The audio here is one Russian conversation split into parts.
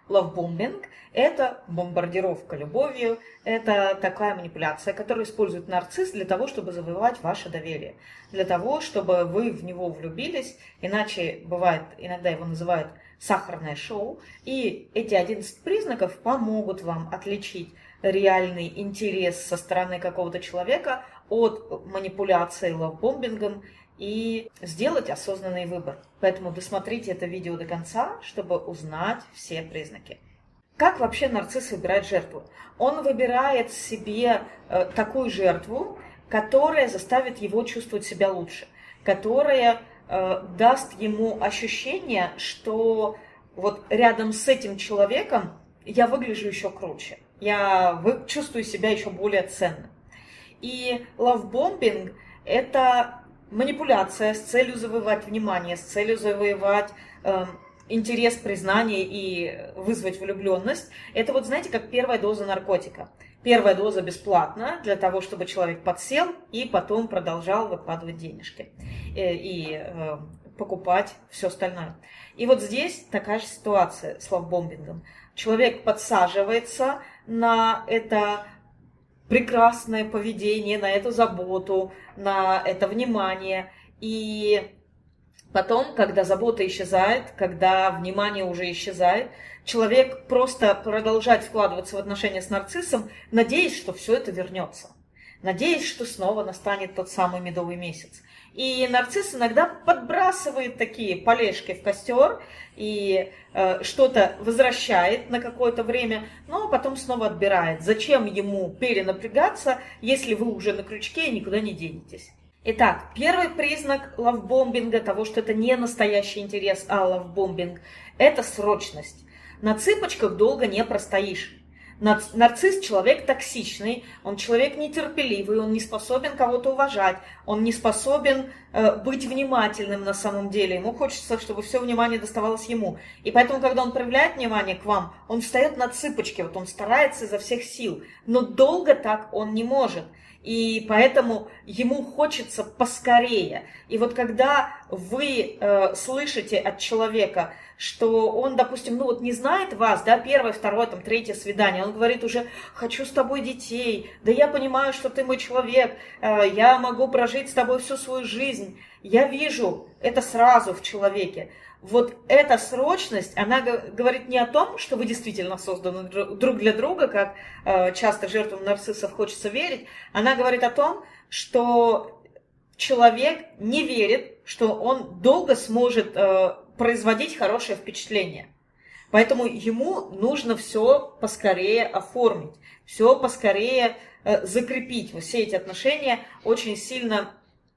Лавбомбинг – это бомбардировка любовью, это такая манипуляция, которую использует нарцисс для того, чтобы завоевать ваше доверие, для того, чтобы вы в него влюбились, иначе бывает, иногда его называют сахарное шоу, и эти 11 признаков помогут вам отличить реальный интерес со стороны какого-то человека от манипуляции лавбомбингом и сделать осознанный выбор. Поэтому досмотрите это видео до конца, чтобы узнать все признаки. Как вообще нарцисс выбирает жертву? Он выбирает себе такую жертву, которая заставит его чувствовать себя лучше, которая даст ему ощущение, что вот рядом с этим человеком я выгляжу еще круче, я чувствую себя еще более ценным. И лавбомбинг – это манипуляция с целью завоевать внимание, с целью завоевать интерес, признание и вызвать влюбленность. Это вот, знаете, как первая доза наркотика. Первая доза бесплатна для того, чтобы человек подсел и потом продолжал выкладывать денежки и покупать все остальное. И вот здесь такая же ситуация с лавбомбингом. Человек подсаживается на это прекрасное поведение, на эту заботу, на это внимание. И потом, когда забота исчезает, когда внимание уже исчезает, человек просто продолжает вкладываться в отношения с нарциссом, надеясь, что все это вернется. Надеясь, что снова настанет тот самый медовый месяц. И нарцисс иногда подбрасывает такие полежки в костер и что-то возвращает на какое-то время, но потом снова отбирает. Зачем ему перенапрягаться, если вы уже на крючке и никуда не денетесь? Итак, первый признак лавбомбинга, того, что это не настоящий интерес, а лавбомбинг, это срочность. На цыпочках долго не простоишь. Нарцисс человек токсичный, он человек нетерпеливый, он не способен кого-то уважать, он не способен быть внимательным на самом деле. Ему хочется, чтобы все внимание доставалось ему. И поэтому, когда он проявляет внимание к вам, он встает на цыпочки, вот он старается изо всех сил, но долго так он не может. И поэтому ему хочется поскорее. И вот когда вы слышите от человека, что он, допустим, не знает вас, да, первое, второе, там, третье свидание, он говорит уже: хочу с тобой детей, да я понимаю, что ты мой человек, я могу прожить с тобой всю свою жизнь. Я вижу это сразу в человеке. Вот эта срочность, она говорит не о том, что вы действительно созданы друг для друга, как часто жертвам нарциссов хочется верить. Она говорит о том, что человек не верит, что он долго сможет производить хорошее впечатление. Поэтому ему нужно все поскорее оформить, все поскорее закрепить. Все эти отношения очень сильно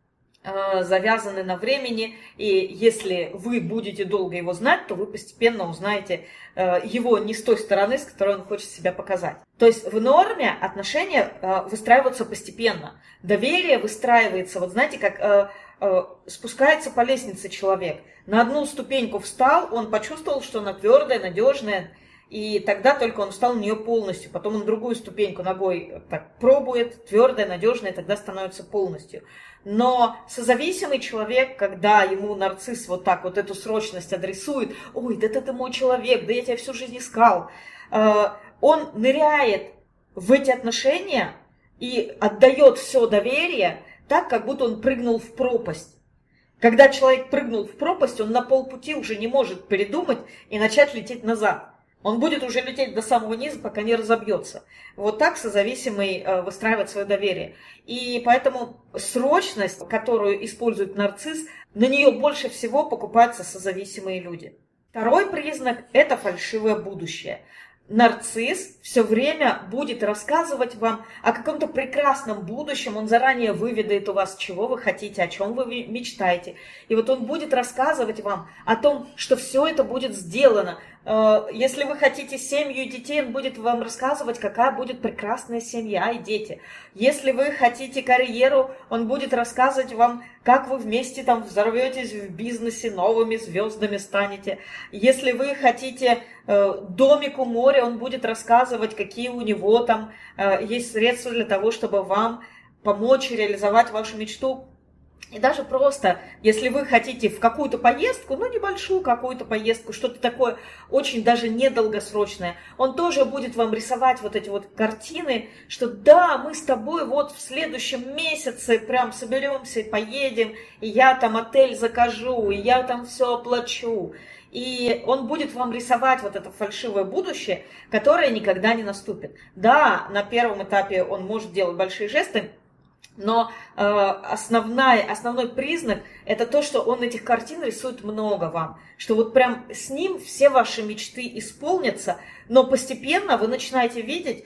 завязаны на времени, и если вы будете долго его знать, то вы постепенно узнаете его не с той стороны, с которой он хочет себя показать. То есть в норме отношения выстраиваются постепенно. Доверие выстраивается, вот знаете, как спускается по лестнице человек. На одну ступеньку встал, он почувствовал, что она твердая, надежная, и тогда только он встал на нее полностью. Потом он другую ступеньку ногой так пробует, твердая, надежная, и тогда становится полностью. Но созависимый человек, когда ему нарцисс вот так вот эту срочность адресует: ой, да ты мой человек, да я тебя всю жизнь искал, он ныряет в эти отношения и отдает все доверие так, как будто он прыгнул в пропасть. Когда человек прыгнул в пропасть, он на полпути уже не может передумать и начать лететь назад. Он будет уже лететь до самого низа, пока не разобьется. Вот так созависимый выстраивает свое доверие. И поэтому срочность, которую использует нарцисс, на нее больше всего покупаются созависимые люди. Второй признак – это фальшивое будущее. Нарцисс все время будет рассказывать вам о каком-то прекрасном будущем, он заранее выведает у вас, чего вы хотите, о чем вы мечтаете. И вот он будет рассказывать вам о том, что все это будет сделано. Если вы хотите семью и детей, он будет вам рассказывать, какая будет прекрасная семья и дети. Если вы хотите карьеру, он будет рассказывать вам, как вы вместе там взорветесь в бизнесе, новыми звездами станете. Если вы хотите домик у моря, он будет рассказывать, какие у него там есть средства для того, чтобы вам помочь реализовать вашу мечту. И даже просто, если вы хотите в какую-то поездку, ну небольшую какую-то поездку, что-то такое очень даже недолгосрочное, он тоже будет вам рисовать вот эти вот картины, что да, мы с тобой вот в следующем месяце прям соберемся и поедем, и я там отель закажу, и я там все оплачу. И он будет вам рисовать вот это фальшивое будущее, которое никогда не наступит. Да, на первом этапе он может делать большие жесты, но основной признак это то, что он этих картин рисует много вам. Что вот прям с ним все ваши мечты исполнятся, но постепенно вы начинаете видеть,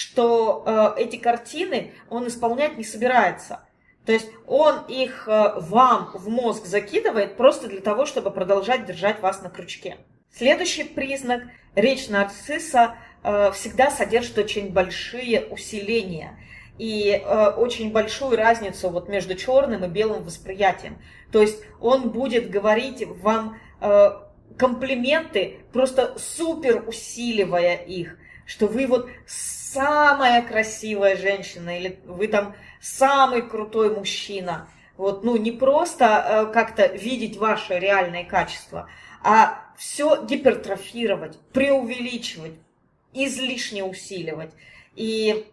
что эти картины он исполнять не собирается. То есть он их вам в мозг закидывает просто для того, чтобы продолжать держать вас на крючке. Следующий признак. Речь нарцисса всегда содержит очень большие усиления и очень большую разницу вот между черным и белым восприятием. То есть он будет говорить вам комплименты, просто супер усиливая их, что вы вот самая красивая женщина, или вы там самый крутой мужчина. Вот, ну, не просто как-то видеть ваши реальные качества, а все гипертрофировать, преувеличивать, излишне усиливать. И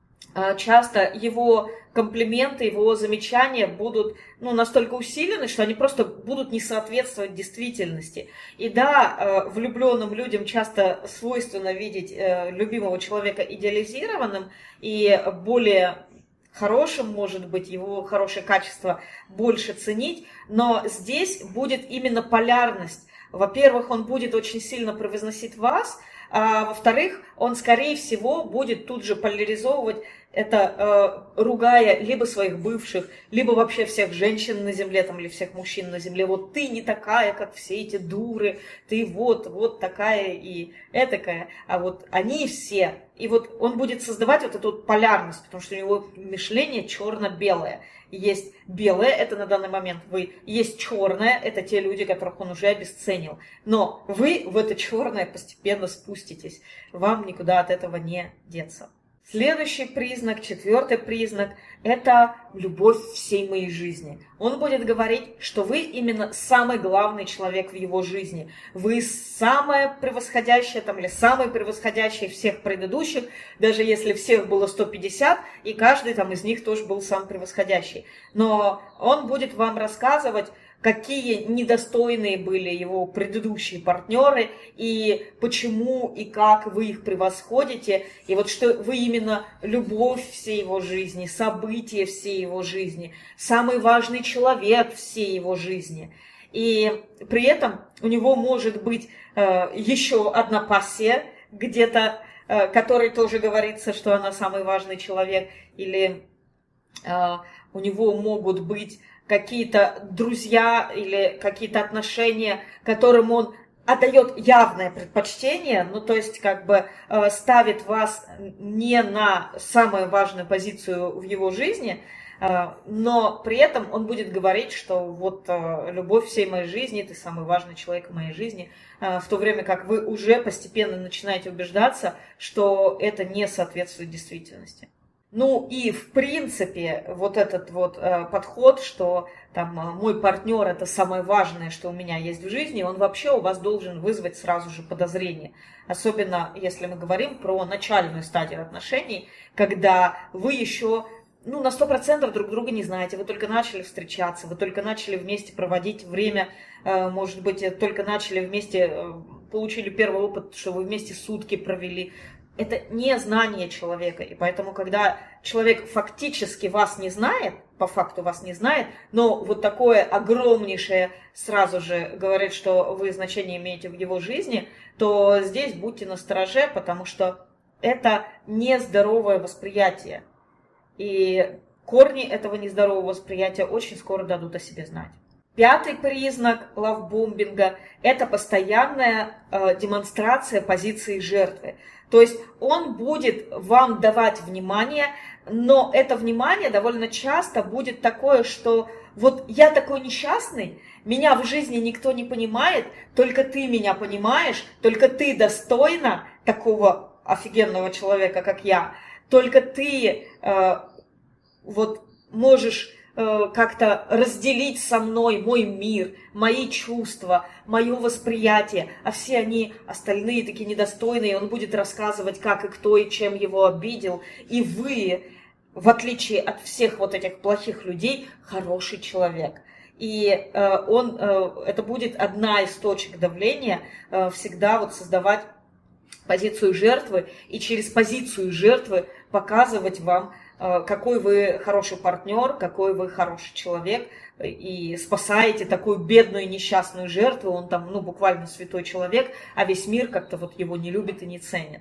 часто его комплименты, его замечания будут настолько усилены, что они просто будут не соответствовать действительности. И да, влюбленным людям часто свойственно видеть любимого человека идеализированным и более хорошим, может быть, его хорошее качество больше ценить, но здесь будет именно полярность. Во-первых, он будет очень сильно превозносить вас, а во-вторых, он, скорее всего, будет тут же поляризовывать это, ругая либо своих бывших, либо вообще всех женщин на земле, там, или всех мужчин на земле. Вот ты не такая, как все эти дуры, ты вот такая и этакая, а вот они все. И вот он будет создавать вот эту вот полярность, потому что у него мышление черно-белое. Есть белое, это на данный момент вы, есть черное, это те люди, которых он уже обесценил. Но вы в это черное постепенно спуститесь, вам никуда от этого не деться. Следующий признак, четвертый признак, это любовь всей моей жизни. Он будет говорить, что вы именно самый главный человек в его жизни. Вы самая превосходящая там, или самый превосходящий всех предыдущих, даже если всех было 150, и каждый там из них тоже был самый превосходящий. Но он будет вам рассказывать, какие недостойные были его предыдущие партнеры, и почему и как вы их превосходите, и вот что вы именно любовь всей его жизни, события всей его жизни, самый важный человек всей его жизни. И при этом у него может быть еще одна пассия, где-то, которой тоже говорится, что она самый важный человек, или у него могут быть какие-то друзья или какие-то отношения, которым он отдает явное предпочтение, то есть как бы ставит вас не на самую важную позицию в его жизни, но при этом он будет говорить, что вот любовь всей моей жизни, ты самый важный человек в моей жизни, в то время как вы уже постепенно начинаете убеждаться, что это не соответствует действительности. Ну и в принципе вот этот вот подход, что там мой партнер это самое важное, что у меня есть в жизни, он вообще у вас должен вызвать сразу же подозрение. Особенно если мы говорим про начальную стадию отношений, когда вы еще на 100% друг друга не знаете, вы только начали встречаться, вы только начали вместе проводить время, может быть, только начали вместе, получили первый опыт, что вы вместе сутки провели. Это не знание человека, и поэтому, когда человек фактически вас не знает, по факту вас не знает, но вот такое огромнейшее сразу же говорит, что вы значение имеете в его жизни, то здесь будьте настороже, потому что это нездоровое восприятие. И корни этого нездорового восприятия очень скоро дадут о себе знать. Пятый признак лавбомбинга – это постоянная демонстрация позиции жертвы. То есть он будет вам давать внимание, но это внимание довольно часто будет такое, что вот я такой несчастный, меня в жизни никто не понимает, только ты меня понимаешь, только ты достойна такого офигенного человека, как я, только ты вот можешь как-то разделить со мной мой мир, мои чувства, мое восприятие, а все они остальные такие недостойные, он будет рассказывать, как и кто и чем его обидел, и вы, в отличие от всех вот этих плохих людей, хороший человек. И это будет одна из точек давления, всегда вот создавать позицию жертвы и через позицию жертвы показывать вам, какой вы хороший партнер, какой вы хороший человек, и спасаете такую бедную несчастную жертву, он там, буквально святой человек, а весь мир как-то вот его не любит и не ценит.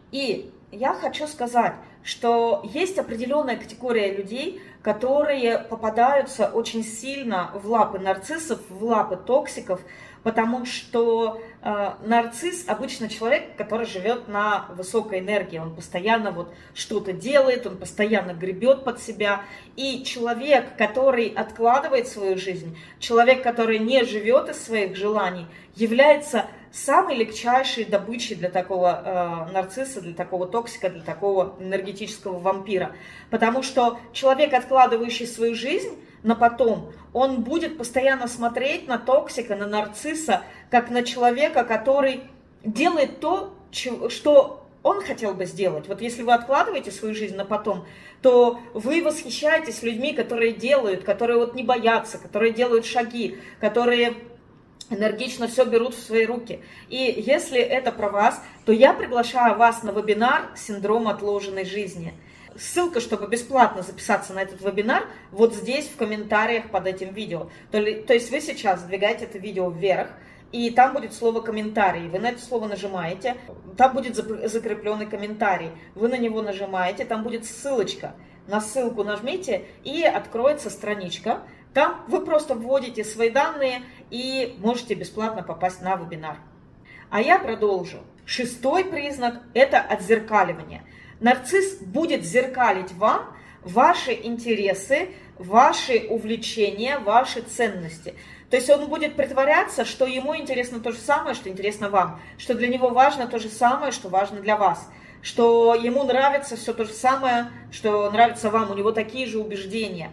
И я хочу сказать, что есть определенная категория людей, которые попадаются очень сильно в лапы нарциссов, в лапы токсиков, потому что нарцисс обычно человек, который живет на высокой энергии, он постоянно вот что-то делает, он постоянно гребет под себя, и человек, который откладывает свою жизнь, человек, который не живет из своих желаний, является самой легчайшей добычей для такого нарцисса, для такого токсика, для такого энергетического вампира. Потому что человек, откладывающий свою жизнь на потом, он будет постоянно смотреть на токсика, на нарцисса, как на человека, который делает то, что он хотел бы сделать. Вот если вы откладываете свою жизнь на потом, то вы восхищаетесь людьми, которые делают, которые вот не боятся, которые делают шаги, которые энергично все берут в свои руки. И если это про вас, то я приглашаю вас на вебинар «Синдром отложенной жизни». Ссылка, чтобы бесплатно записаться на этот вебинар, вот здесь в комментариях под этим видео. То есть вы сейчас сдвигаете это видео вверх, и там будет слово «комментарий». Вы на это слово нажимаете, там будет закрепленный комментарий. Вы на него нажимаете, там будет ссылочка. На ссылку нажмите, и откроется страничка. Там вы просто вводите свои данные и можете бесплатно попасть на вебинар. А я продолжу. 6-й признак – это отзеркаливание. Нарцисс будет зеркалить вам ваши интересы, ваши увлечения, ваши ценности. То есть он будет притворяться, что ему интересно то же самое, что интересно вам, что для него важно то же самое, что важно для вас, что ему нравится все то же самое, что нравится вам, у него такие же убеждения.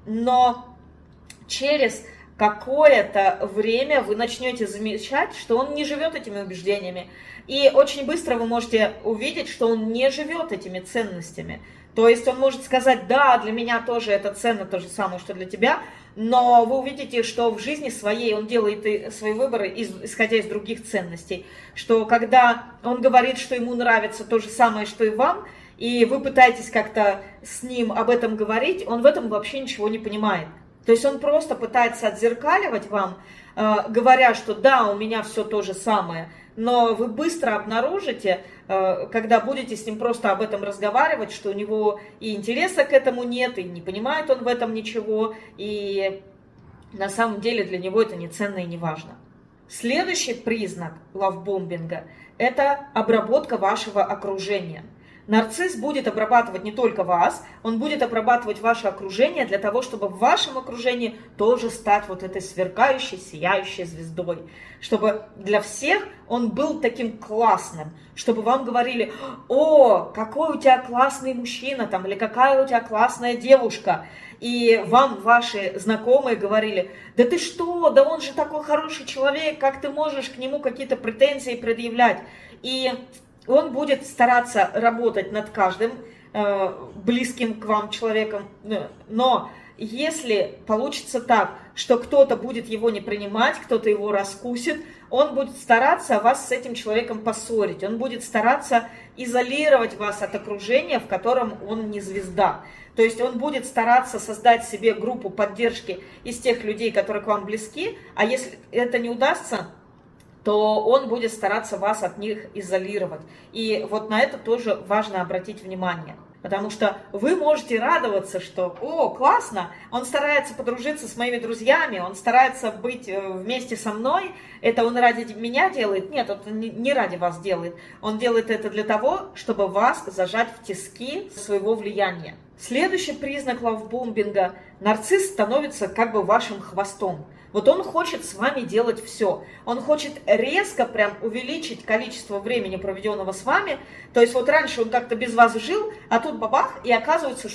Но через какое-то время вы начнете замечать, что он не живет этими убеждениями. И очень быстро вы можете увидеть, что он не живет этими ценностями. То есть он может сказать: да, для меня тоже это ценно, то же самое, что для тебя, но вы увидите, что в жизни своей он делает свои выборы, исходя из других ценностей. Что когда он говорит, что ему нравится то же самое, что и вам, и вы пытаетесь как-то с ним об этом говорить, он в этом вообще ничего не понимает. То есть он просто пытается отзеркаливать вам, говоря, что да, у меня все то же самое, но вы быстро обнаружите, когда будете с ним просто об этом разговаривать, что у него и интереса к этому нет, и не понимает он в этом ничего, и на самом деле для него это не ценно и не важно. Следующий признак лавбомбинга – это обработка вашего окружения. Нарцисс будет обрабатывать не только вас, он будет обрабатывать ваше окружение для того, чтобы в вашем окружении тоже стать вот этой сверкающей, сияющей звездой. Чтобы для всех он был таким классным, чтобы вам говорили: о, какой у тебя классный мужчина там, или какая у тебя классная девушка. И вам ваши знакомые говорили: да ты что, да он же такой хороший человек, как ты можешь к нему какие-то претензии предъявлять. И он будет стараться работать над каждым близким к вам человеком, но если получится так, что кто-то будет его не принимать, кто-то его раскусит, он будет стараться вас с этим человеком поссорить, он будет стараться изолировать вас от окружения, в котором он не звезда. То есть он будет стараться создать себе группу поддержки из тех людей, которые к вам близки, а если это не удастся, то он будет стараться вас от них изолировать. И вот на это тоже важно обратить внимание. Потому что вы можете радоваться, что «О, классно, он старается подружиться с моими друзьями, он старается быть вместе со мной, это он ради меня делает». Нет, он не ради вас делает. Он делает это для того, чтобы вас зажать в тиски своего влияния. Следующий признак лавбомбинга – нарцисс становится как бы вашим хвостом. Вот он хочет с вами делать все. Он хочет резко прям увеличить количество времени, проведенного с вами. То есть вот раньше он как-то без вас жил, а тут бабах, и оказывается, что он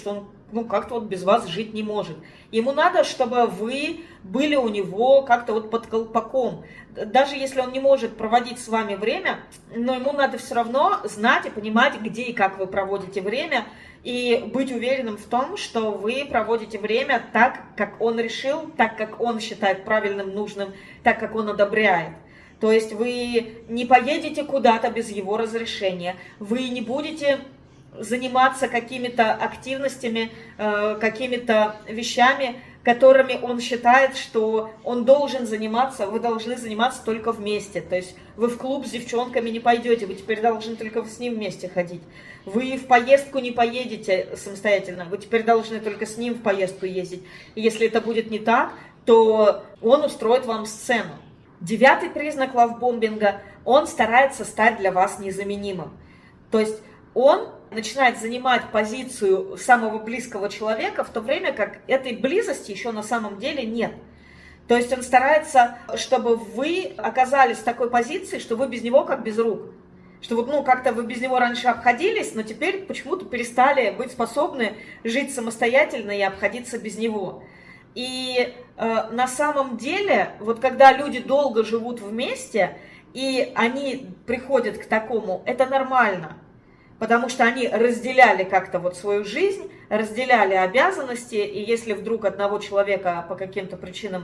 как-то вот без вас жить не может. Ему надо, чтобы вы были у него как-то вот под колпаком. Даже если он не может проводить с вами время, но ему надо все равно знать и понимать, где и как вы проводите время, и быть уверенным в том, что вы проводите время так, как он решил, так, как он считает правильным, нужным, так, как он одобряет. То есть вы не поедете куда-то без его разрешения, вы не будете заниматься какими-то активностями, какими-то вещами, которыми он считает, что он должен заниматься, вы должны заниматься только вместе. То есть вы в клуб с девчонками не пойдете, вы теперь должны только с ним вместе ходить. Вы в поездку не поедете самостоятельно, вы теперь должны только с ним в поездку ездить. И если это будет не так, то он устроит вам сцену. 9-й признак лавбомбинга, он старается стать для вас незаменимым. То есть он начинает занимать позицию самого близкого человека, в то время как этой близости еще на самом деле нет. То есть он старается, чтобы вы оказались в такой позиции, что вы без него как без рук. Что вот, как-то вы без него раньше обходились, но теперь почему-то перестали быть способны жить самостоятельно и обходиться без него. И на самом деле, вот когда люди долго живут вместе, и они приходят к такому, это нормально. Потому что они разделяли как-то вот свою жизнь, разделяли обязанности, и если вдруг одного человека по каким-то причинам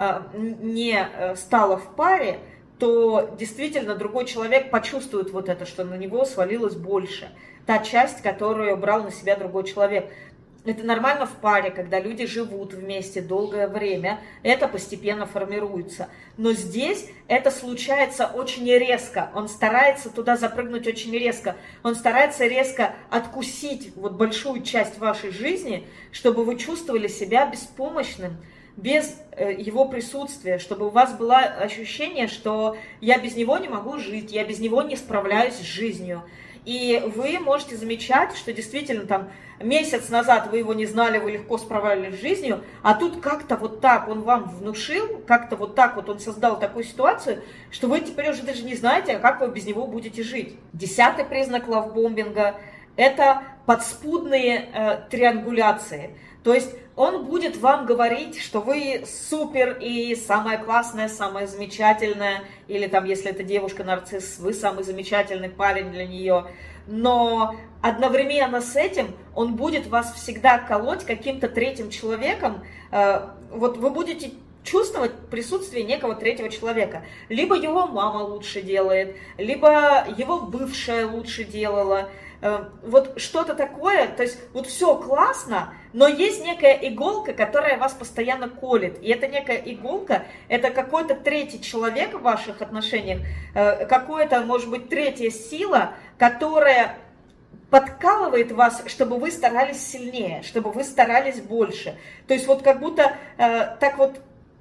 не стало в паре, то действительно другой человек почувствует вот это, что на него свалилось больше. Та часть, которую брал на себя другой человек. Это нормально в паре, когда люди живут вместе долгое время, это постепенно формируется. Но здесь это случается очень резко, он старается туда запрыгнуть очень резко, он старается резко откусить вот большую часть вашей жизни, чтобы вы чувствовали себя беспомощным, без его присутствия, чтобы у вас было ощущение, что я без него не могу жить, я без него не справляюсь с жизнью. И вы можете замечать, что действительно там месяц назад вы его не знали, вы легко справлялись с жизнью, а тут как-то вот так он вам внушил, как-то вот так вот он создал такую ситуацию, что вы теперь уже даже не знаете, как вы без него будете жить. 10-й признак лавбомбинга – это подспудные триангуляции. То есть он будет вам говорить, что вы супер и самое классное, самое замечательное, или там, если это девушка-нарцисс, вы самый замечательный парень для нее. Но одновременно с этим он будет вас всегда колоть каким-то третьим человеком. Вот вы будете чувствовать присутствие некого третьего человека. Либо его мама лучше делает, либо его бывшая лучше делала. Вот что-то такое, то есть вот все классно, но есть некая иголка, которая вас постоянно колет. И эта некая иголка, это какой-то третий человек в ваших отношениях, какая-то, может быть, третья сила, которая подкалывает вас, чтобы вы старались сильнее, чтобы вы старались больше. То есть вот как будто так вот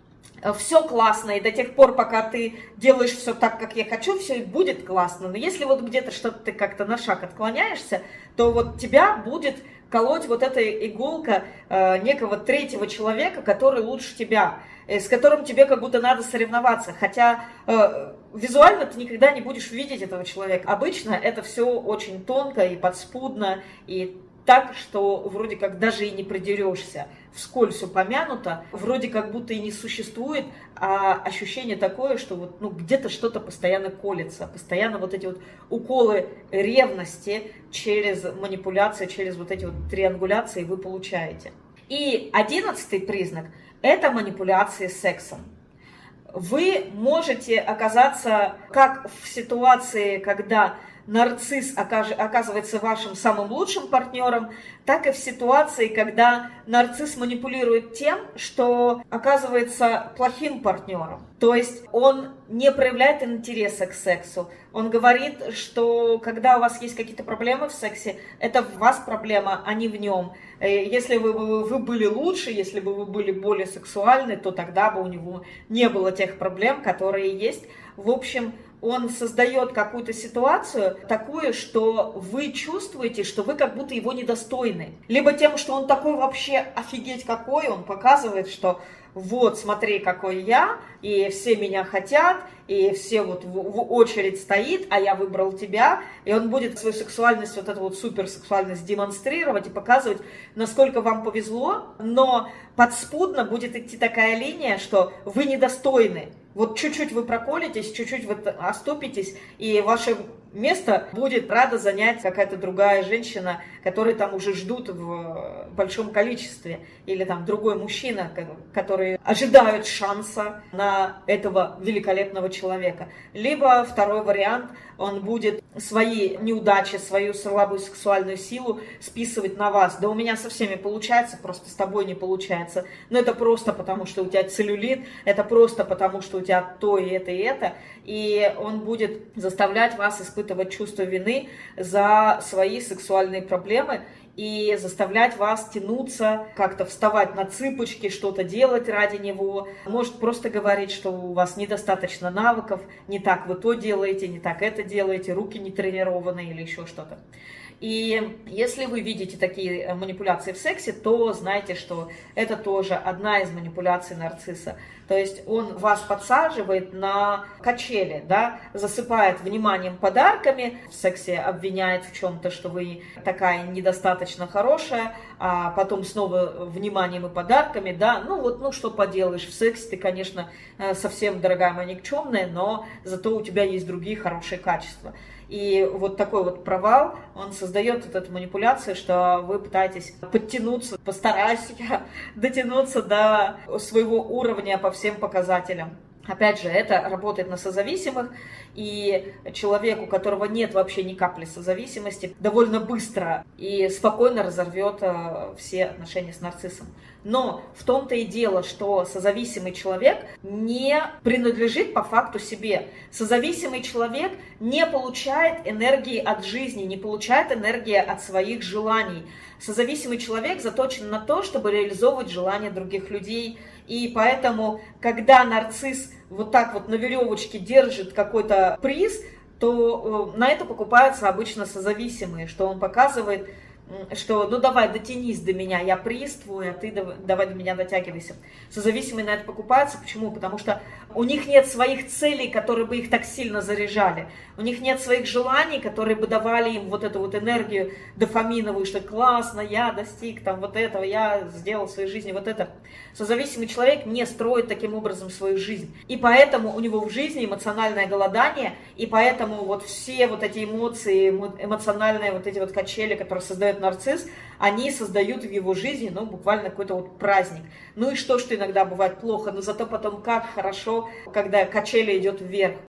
все классно, и до тех пор, пока ты делаешь все так, как я хочу, все и будет классно. Но если вот где-то что-то ты как-то на шаг отклоняешься, то вот тебя будет колоть вот эта иголка некого третьего человека, который лучше тебя, с которым тебе как будто надо соревноваться. Хотя визуально ты никогда не будешь видеть этого человека. Обычно это все очень тонко и подспудно, и так, что вроде как даже и не придерешься. Вскользь упомянуто, вроде как будто и не существует, а ощущение такое, что вот, где-то что-то постоянно колется, постоянно вот эти вот уколы ревности через манипуляции, через вот эти вот триангуляции вы получаете. И 11-й признак – это манипуляции сексом. Вы можете оказаться как в ситуации, когда нарцисс оказывается вашим самым лучшим партнером, так и в ситуации, когда нарцисс манипулирует тем, что оказывается плохим партнером. То есть он не проявляет интереса к сексу. Он говорит, что когда у вас есть какие-то проблемы в сексе, это в вас проблема, а не в нем. Если вы были лучше, если бы вы были более сексуальны, то тогда бы у него не было тех проблем, которые есть. В общем, он создает какую-то ситуацию такую, что вы чувствуете, что вы как будто его недостойны. Либо тем, что он такой вообще офигеть какой, он показывает, что вот смотри, какой я, и все меня хотят, и все вот в очередь стоит, а я выбрал тебя, и он будет свою сексуальность, вот эту вот суперсексуальность демонстрировать и показывать, насколько вам повезло, но подспудно будет идти такая линия, что вы недостойны. Вот чуть-чуть вы проколитесь, чуть-чуть вы оступитесь, и ваше место будет рада занять какая-то другая женщина, которую там уже ждут в большом количестве, или там другой мужчина, который ожидают шанса на этого великолепного человека. Либо второй вариант, он будет свои неудачи, свою слабую сексуальную силу списывать на вас. Да у меня со всеми получается, просто с тобой не получается. Но это просто потому, что у тебя целлюлит, это просто потому, что у тебя то и это, и это. И он будет заставлять вас испытывать чувство вины за свои сексуальные проблемы и заставлять вас тянуться, как-то вставать на цыпочки, что-то делать ради него. Может просто говорить, что у вас недостаточно навыков, не так вы то делаете, не так это делаете, руки не тренированы или еще что-то. И если вы видите такие манипуляции в сексе, то знайте, что это тоже одна из манипуляций нарцисса. То есть он вас подсаживает на качели, да, засыпает вниманием, подарками, в сексе обвиняет в чем-то, что вы такая недостаточно хорошая, а потом снова вниманием и подарками, да, ну что поделаешь, в сексе ты, конечно, совсем, дорогая моя, никчемная, но зато у тебя есть другие хорошие качества. И вот такой вот провал, он создает вот эту манипуляцию, что вы пытаетесь подтянуться, постараюсь я дотянуться до своего уровня по всем показателям. Опять же, это работает на созависимых, и человек, у которого нет вообще ни капли созависимости, довольно быстро и спокойно разорвет все отношения с нарциссом. Но в том-то и дело, что созависимый человек не принадлежит по факту себе. Созависимый человек не получает энергии от жизни, не получает энергии от своих желаний. Созависимый человек заточен на то, чтобы реализовывать желания других людей. И поэтому, когда нарцисс вот так вот на веревочке держит какой-то приз, то на это покупаются обычно созависимые, что он показывает, что ну давай дотянись до меня, я приз твой, а ты давай до меня дотягивайся. Созависимые на это покупаются. Почему? Потому что у них нет своих целей, которые бы их так сильно заряжали. У них нет своих желаний, которые бы давали им вот эту вот энергию дофаминовую, что классно, я достиг там вот этого, я сделал в своей жизни вот это. Созависимый человек не строит таким образом свою жизнь. И поэтому у него в жизни эмоциональное голодание, и поэтому вот все вот эти эмоции, эмоциональные вот эти вот качели, которые создает нарцисс, они создают в его жизни, ну, буквально какой-то вот праздник. Ну и что иногда бывает плохо, но зато потом как хорошо, когда качели идет вверх.